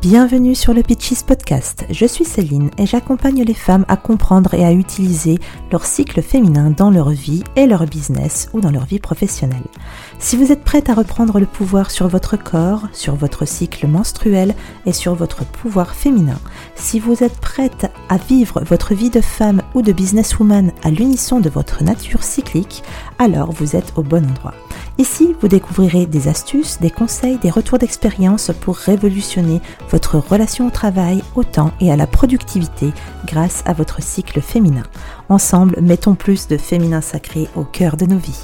Bienvenue sur le Peaches Podcast. Je suis Céline et j'accompagne les femmes à comprendre et à utiliser leur cycle féminin dans leur vie et leur business ou dans leur vie professionnelle. Si vous êtes prête à reprendre le pouvoir sur votre corps, sur votre cycle menstruel et sur votre pouvoir féminin, si vous êtes prête à vivre votre vie de femme ou de businesswoman à l'unisson de votre nature cyclique, alors vous êtes au bon endroit. Ici, vous découvrirez des astuces, des conseils, des retours d'expérience pour révolutionner votre relation au travail, au temps et à la productivité grâce à votre cycle féminin. Ensemble, mettons plus de féminin sacré au cœur de nos vies.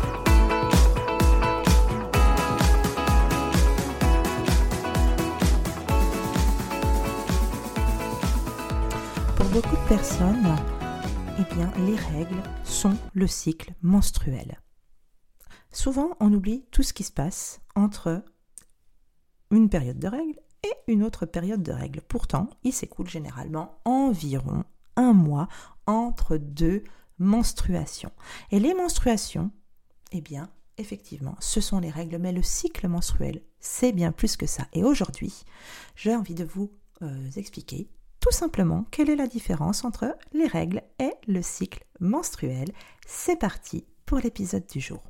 Pour beaucoup de personnes, les règles sont le cycle menstruel. Souvent, on oublie tout ce qui se passe entre une période de règles et une autre période de règles. Pourtant, il s'écoule généralement environ un mois entre deux menstruations. Et les menstruations, effectivement, ce sont les règles, mais le cycle menstruel, c'est bien plus que ça. Et aujourd'hui, j'ai envie de vous expliquer tout simplement quelle est la différence entre les règles et le cycle menstruel. C'est parti pour l'épisode du jour.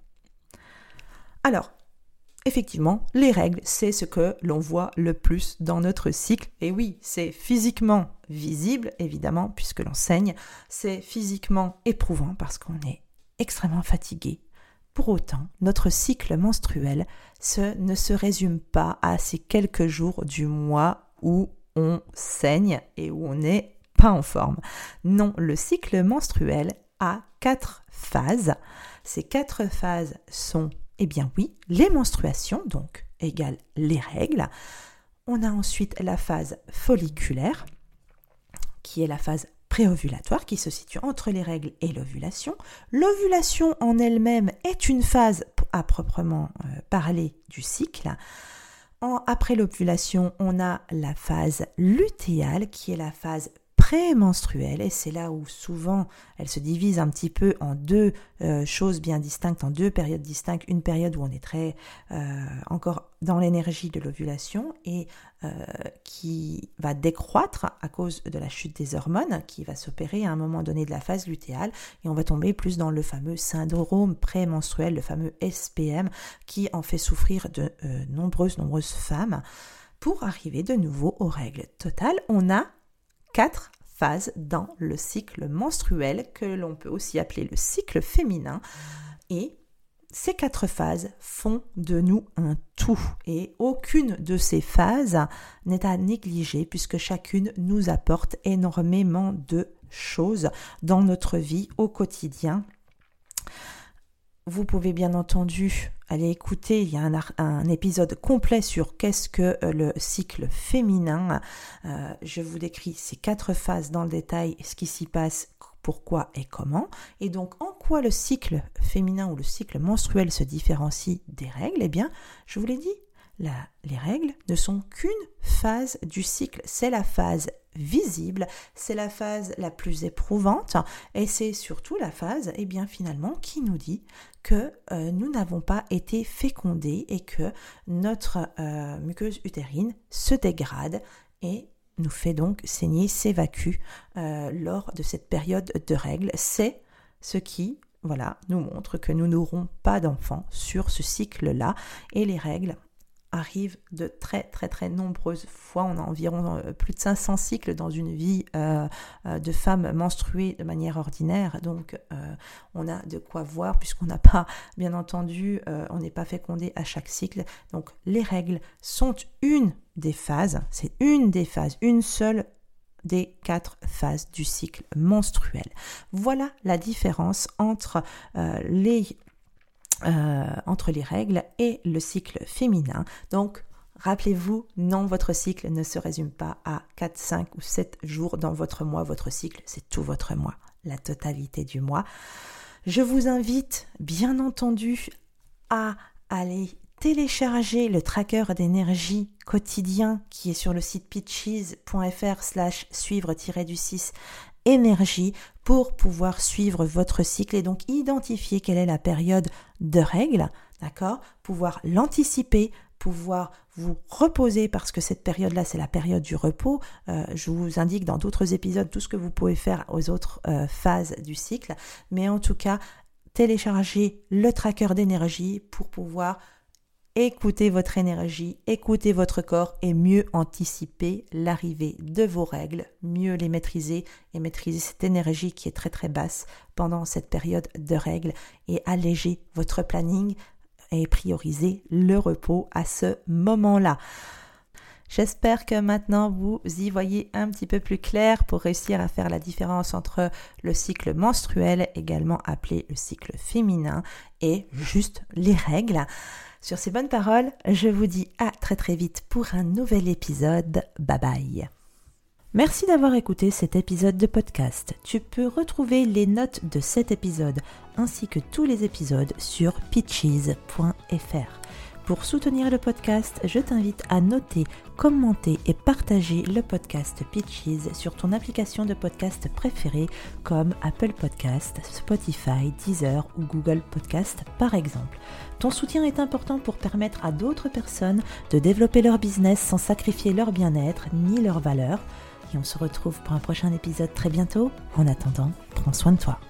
Alors, effectivement, les règles, c'est ce que l'on voit le plus dans notre cycle. Et oui, c'est physiquement visible, évidemment, puisque l'on saigne. C'est physiquement éprouvant parce qu'on est extrêmement fatigué. Pour autant, notre cycle menstruel ne se résume pas à ces quelques jours du mois où on saigne et où on n'est pas en forme. Non, le cycle menstruel a 4 phases. Ces 4 phases sont les menstruations, donc égale les règles. On a ensuite la phase folliculaire, qui est la phase préovulatoire, qui se situe entre les règles et l'ovulation. L'ovulation en elle-même est une phase à proprement parler du cycle. Après l'ovulation, on a la phase lutéale, qui est la phase prémenstruelle, et c'est là où souvent elle se divise un petit peu en deux choses bien distinctes, en deux périodes distinctes. Une période où on est très encore dans l'énergie de l'ovulation et qui va décroître à cause de la chute des hormones qui va s'opérer à un moment donné de la phase lutéale, et on va tomber plus dans le fameux syndrome prémenstruel, le fameux SPM, qui en fait souffrir de nombreuses femmes pour arriver de nouveau aux règles. Total, on a 4 phases dans le cycle menstruel que l'on peut aussi appeler le cycle féminin, et ces 4 phases font de nous un tout et aucune de ces phases n'est à négliger puisque chacune nous apporte énormément de choses dans notre vie au quotidien. Vous pouvez bien entendu aller écouter, il y a un épisode complet sur qu'est-ce que le cycle féminin. Je vous décris ces 4 phases dans le détail, ce qui s'y passe, pourquoi et comment. Et donc, en quoi le cycle féminin ou le cycle menstruel se différencie des règles ? Je vous l'ai dit, les règles ne sont qu'une phase du cycle. C'est la phase visible, c'est la phase la plus éprouvante et c'est surtout la phase finalement qui nous dit que nous n'avons pas été fécondés et que notre muqueuse utérine se dégrade et nous fait donc saigner, s'évacue lors de cette période de règles. C'est ce qui nous montre que nous n'aurons pas d'enfants sur ce cycle-là, et les règles arrive de très très très nombreuses fois. On a environ plus de 500 cycles dans une vie de femme menstruée de manière ordinaire, donc on a de quoi voir puisqu'on n'a pas, bien entendu, on n'est pas fécondé à chaque cycle. Donc les règles sont une des phases, c'est une des phases, une seule des 4 phases du cycle menstruel. Voilà la différence entre les règles et le cycle féminin. Donc, rappelez-vous, non, votre cycle ne se résume pas à 4, 5 ou 7 jours dans votre mois. Votre cycle, c'est tout votre mois, la totalité du mois. Je vous invite, bien entendu, à aller télécharger le tracker d'énergie quotidien qui est sur le site peaches.fr/suivre-du6 énergie pour pouvoir suivre votre cycle et donc identifier quelle est la période de règles, d'accord ? Pouvoir l'anticiper, pouvoir vous reposer parce que cette période-là, c'est la période du repos. Je vous indique dans d'autres épisodes tout ce que vous pouvez faire aux autres phases du cycle. Mais en tout cas, téléchargez le tracker d'énergie pour pouvoir écouter votre énergie, écouter votre corps et mieux anticiper l'arrivée de vos règles, mieux les maîtriser et maîtriser cette énergie qui est très très basse pendant cette période de règles et alléger votre planning et prioriser le repos à ce moment-là. J'espère que maintenant vous y voyez un petit peu plus clair pour réussir à faire la différence entre le cycle menstruel, également appelé le cycle féminin, et juste les règles. Sur ces bonnes paroles, je vous dis à très très vite pour un nouvel épisode. Bye bye. Merci d'avoir écouté cet épisode de podcast. Tu peux retrouver les notes de cet épisode ainsi que tous les épisodes sur pitches.fr. Pour soutenir le podcast, je t'invite à noter, commenter et partager le podcast Pitches sur ton application de podcast préférée comme Apple Podcast, Spotify, Deezer ou Google Podcast par exemple. Ton soutien est important pour permettre à d'autres personnes de développer leur business sans sacrifier leur bien-être ni leurs valeurs. Et on se retrouve pour un prochain épisode très bientôt. En attendant, prends soin de toi.